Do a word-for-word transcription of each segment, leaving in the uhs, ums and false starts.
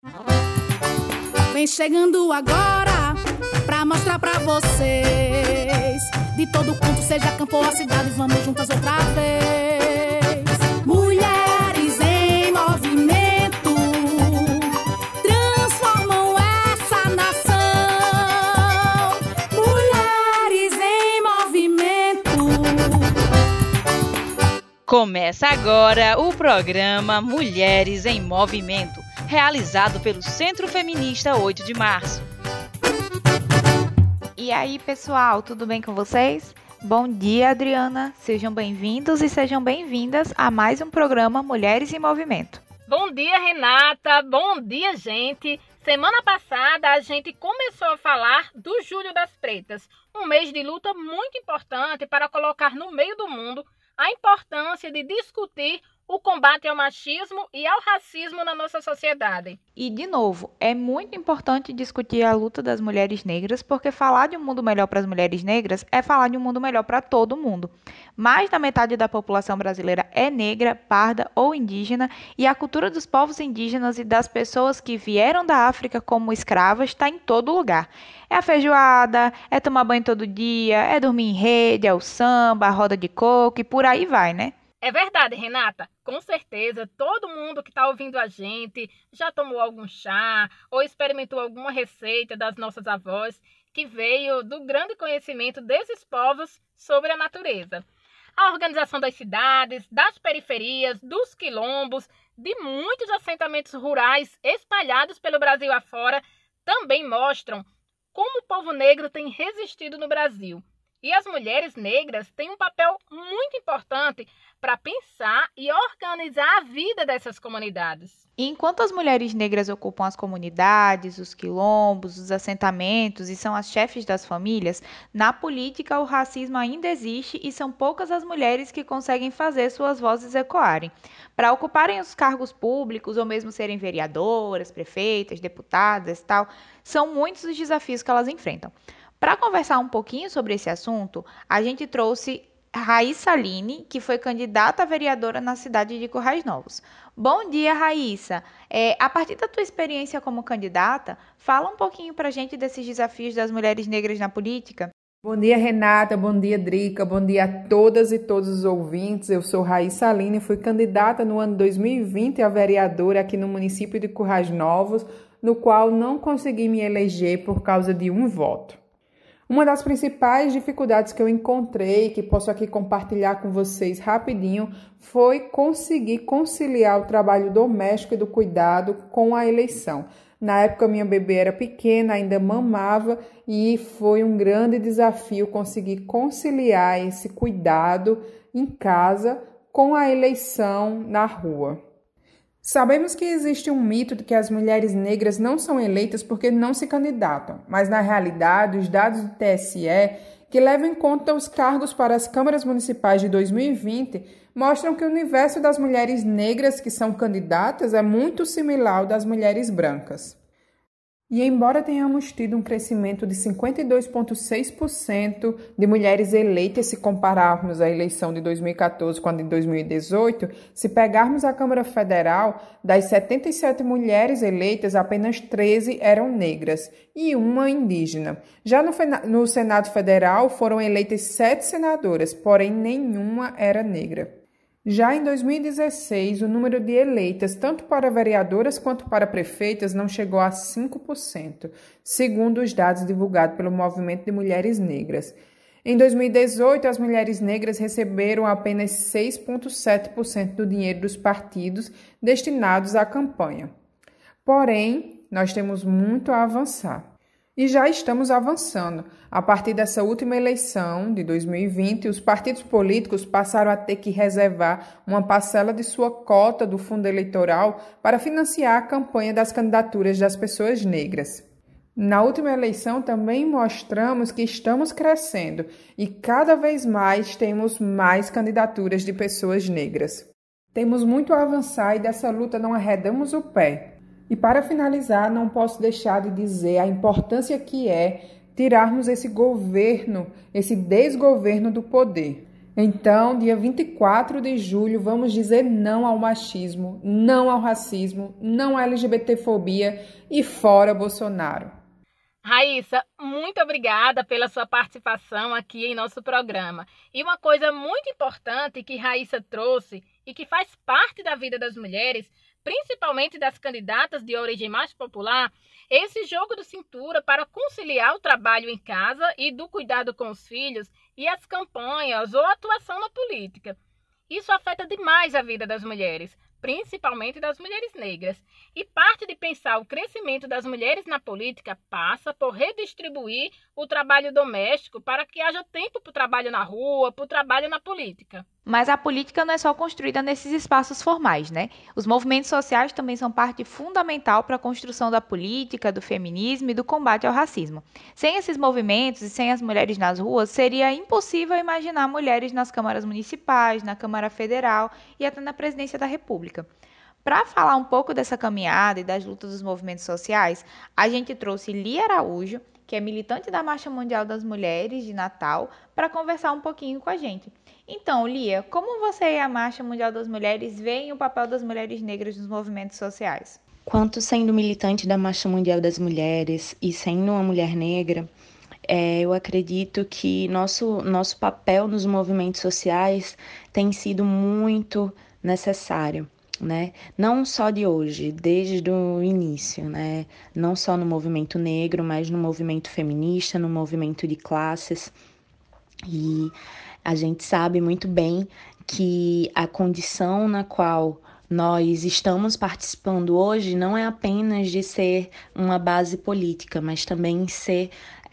Vem chegando agora pra mostrar pra vocês. De todo canto, seja campo ou a cidade, vamos juntas outra vez. Mulheres em movimento transformam essa nação. Mulheres em movimento. Começa agora o programa Mulheres em Movimento, realizado pelo Centro Feminista oito de março. E aí, pessoal, tudo bem com vocês? Bom dia, Adriana. Sejam bem-vindos e sejam bem-vindas a mais um programa Mulheres em Movimento. Bom dia, Renata. Bom dia, gente. Semana passada a gente começou a falar do Julho das Pretas, um mês de luta muito importante para colocar no meio do mundo a importância de discutir o combate ao machismo e ao racismo na nossa sociedade. E, de novo, é muito importante discutir a luta das mulheres negras, porque falar de um mundo melhor para as mulheres negras é falar de um mundo melhor para todo mundo. Mais da metade da população brasileira é negra, parda ou indígena, e a cultura dos povos indígenas e das pessoas que vieram da África como escravas está em todo lugar. É a feijoada, é tomar banho todo dia, é dormir em rede, é o samba, a roda de coco e por aí vai, né? É verdade, Renata. Com certeza, todo mundo que está ouvindo a gente já tomou algum chá ou experimentou alguma receita das nossas avós que veio do grande conhecimento desses povos sobre a natureza. A organização das cidades, das periferias, dos quilombos, de muitos assentamentos rurais espalhados pelo Brasil afora também mostram como o povo negro tem resistido no Brasil. E as mulheres negras têm um papel muito importante para pensar e organizar a vida dessas comunidades. E enquanto as mulheres negras ocupam as comunidades, os quilombos, os assentamentos e são as chefes das famílias, na política o racismo ainda existe e são poucas as mulheres que conseguem fazer suas vozes ecoarem. Para ocuparem os cargos públicos ou mesmo serem vereadoras, prefeitas, deputadas e tal, são muitos os desafios que elas enfrentam. Para conversar um pouquinho sobre esse assunto, a gente trouxe Raíssa Aline, que foi candidata a vereadora na cidade de Currais Novos. Bom dia, Raíssa. É, a partir da tua experiência como candidata, fala um pouquinho para a gente desses desafios das mulheres negras na política. Bom dia, Renata. Bom dia, Drica. Bom dia a todas e todos os ouvintes. Eu sou Raíssa Aline, fui candidata no ano dois mil e vinte a vereadora aqui no município de Currais Novos, no qual não consegui me eleger por causa de um voto. Uma das principais dificuldades que eu encontrei, que posso aqui compartilhar com vocês rapidinho, foi conseguir conciliar o trabalho doméstico e do cuidado com a eleição. Na época, minha bebê era pequena, ainda mamava, e foi um grande desafio conseguir conciliar esse cuidado em casa com a eleição na rua. Sabemos que existe um mito de que as mulheres negras não são eleitas porque não se candidatam, mas na realidade os dados do T S E, que levam em conta os cargos para as câmaras municipais de dois mil e vinte, mostram que o universo das mulheres negras que são candidatas é muito similar ao das mulheres brancas. E embora tenhamos tido um crescimento de cinquenta e dois vírgula seis por cento de mulheres eleitas se compararmos a eleição de dois mil e quatorze com a de dois mil e dezoito, se pegarmos a Câmara Federal, das setenta e sete mulheres eleitas, apenas treze eram negras e uma indígena. Já no, no Senado Federal foram eleitas sete senadoras, porém nenhuma era negra. Já em dois mil e dezesseis, o número de eleitas, tanto para vereadoras quanto para prefeitas, não chegou a cinco por cento, segundo os dados divulgados pelo Movimento de Mulheres Negras. Em dois mil e dezoito, as mulheres negras receberam apenas seis vírgula sete por cento do dinheiro dos partidos destinados à campanha. Porém, nós temos muito a avançar. E já estamos avançando. A partir dessa última eleição de dois mil e vinte, os partidos políticos passaram a ter que reservar uma parcela de sua cota do fundo eleitoral para financiar a campanha das candidaturas das pessoas negras. Na última eleição também mostramos que estamos crescendo e cada vez mais temos mais candidaturas de pessoas negras. Temos muito a avançar e dessa luta não arredamos o pé. E para finalizar, não posso deixar de dizer a importância que é tirarmos esse governo, esse desgoverno do poder. Então, dia vinte e quatro de julho, vamos dizer não ao machismo, não ao racismo, não à LGBTfobia e fora Bolsonaro. Raíssa, muito obrigada pela sua participação aqui em nosso programa. E uma coisa muito importante que Raíssa trouxe e que faz parte da vida das mulheres, principalmente das candidatas de origem mais popular, é esse jogo de cintura para conciliar o trabalho em casa e do cuidado com os filhos e as campanhas ou a atuação na política. Isso afeta demais a vida das mulheres, principalmente das mulheres negras. E parte de pensar o crescimento das mulheres na política passa por redistribuir o trabalho doméstico para que haja tempo para o trabalho na rua, para o trabalho na política. Mas a política não é só construída nesses espaços formais, né? Os movimentos sociais também são parte fundamental para a construção da política, do feminismo e do combate ao racismo. Sem esses movimentos e sem as mulheres nas ruas, seria impossível imaginar mulheres nas câmaras municipais, na Câmara Federal e até na presidência da República. Para falar um pouco dessa caminhada e das lutas dos movimentos sociais, a gente trouxe Lia Araújo, que é militante da Marcha Mundial das Mulheres de Natal, para conversar um pouquinho com a gente. Então, Lia, como você e a Marcha Mundial das Mulheres veem o papel das mulheres negras nos movimentos sociais? Quanto sendo militante da Marcha Mundial das Mulheres e sendo uma mulher negra, é, eu acredito que nosso, nosso papel nos movimentos sociais tem sido muito necessário. Né? Não só de hoje, desde o início, né? Não só no movimento negro, mas no movimento feminista, no movimento de classes. E a gente sabe muito bem que a condição na qual nós estamos participando hoje não é apenas de ser uma base política, mas também ser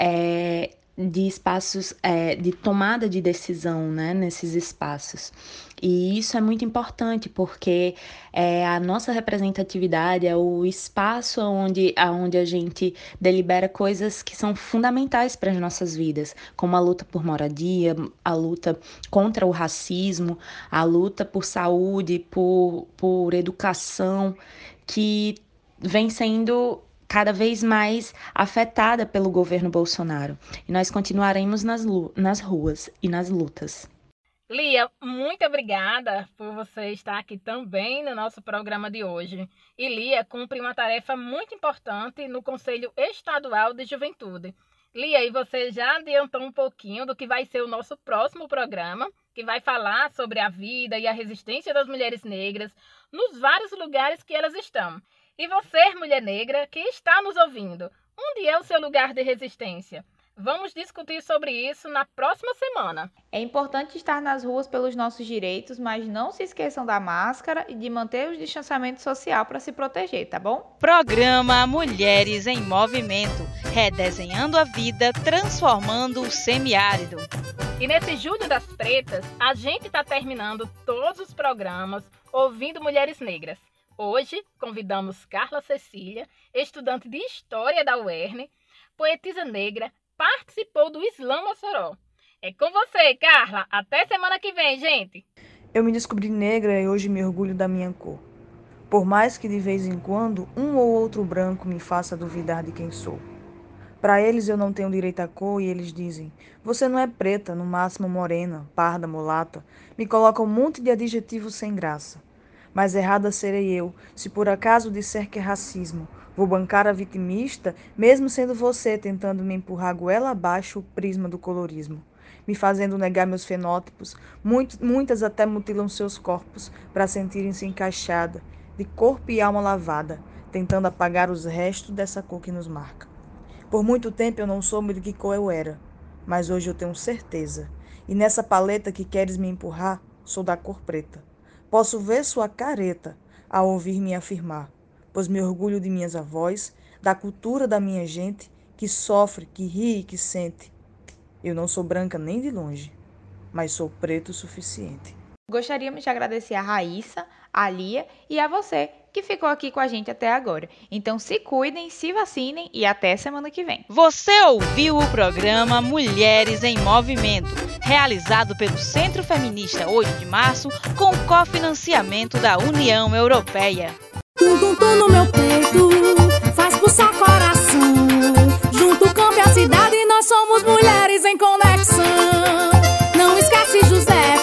é, de espaços é, de tomada de decisão, né, nesses espaços. E isso é muito importante porque é, a nossa representatividade é o espaço onde, onde a gente delibera coisas que são fundamentais para as nossas vidas, como a luta por moradia, a luta contra o racismo, a luta por saúde, por, por educação, que vem sendo cada vez mais afetada pelo governo Bolsonaro. E nós continuaremos nas, nas ruas e nas lutas. Lia, muito obrigada por você estar aqui também no nosso programa de hoje. E Lia cumpre uma tarefa muito importante no Conselho Estadual de Juventude. Lia, e você já adiantou um pouquinho do que vai ser o nosso próximo programa, que vai falar sobre a vida e a resistência das mulheres negras nos vários lugares que elas estão. E você, mulher negra, que está nos ouvindo, onde é o seu lugar de resistência? Vamos discutir sobre isso na próxima semana. É importante estar nas ruas pelos nossos direitos, mas não se esqueçam da máscara e de manter o distanciamento social para se proteger, tá bom? Programa Mulheres em Movimento, redesenhando a vida, transformando o semiárido. E nesse Julho das Pretas, a gente está terminando todos os programas ouvindo Mulheres Negras. Hoje, convidamos Carla Cecília, estudante de História da U E R N, poetisa negra, participou do Islã Mossoró. É com você, Carla. Até semana que vem, gente. Eu me descobri negra e hoje me orgulho da minha cor. Por mais que de vez em quando um ou outro branco me faça duvidar de quem sou. Para eles eu não tenho direito à cor e eles dizem: você não é preta, no máximo morena, parda, mulata. Me colocam um monte de adjetivos sem graça. Mas errada serei eu, se por acaso disser que é racismo. Vou bancar a vitimista, mesmo sendo você tentando me empurrar goela abaixo o prisma do colorismo, me fazendo negar meus fenótipos. Muito, muitas até mutilam seus corpos para sentirem-se encaixada, de corpo e alma lavada, tentando apagar os restos dessa cor que nos marca. Por muito tempo eu não soube de que cor eu era, mas hoje eu tenho certeza. E nessa paleta que queres me empurrar, sou da cor preta. Posso ver sua careta ao ouvir me afirmar, pois me orgulho de minhas avós, da cultura da minha gente, que sofre, que ri e que sente. Eu não sou branca nem de longe, mas sou preto o suficiente. Gostaríamos de agradecer a Raíssa, a Lia e a você que ficou aqui com a gente até agora. Então se cuidem, se vacinem e até semana que vem. Você ouviu o programa Mulheres em Movimento, realizado pelo Centro Feminista oito de março, com cofinanciamento da União Europeia. Tum, tum, tum no meu peito, faz pulsar coração. Junto o campo e a cidade, nós somos mulheres em conexão. Não esquece, José.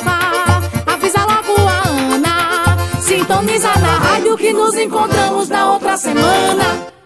que nos encontramos na outra semana.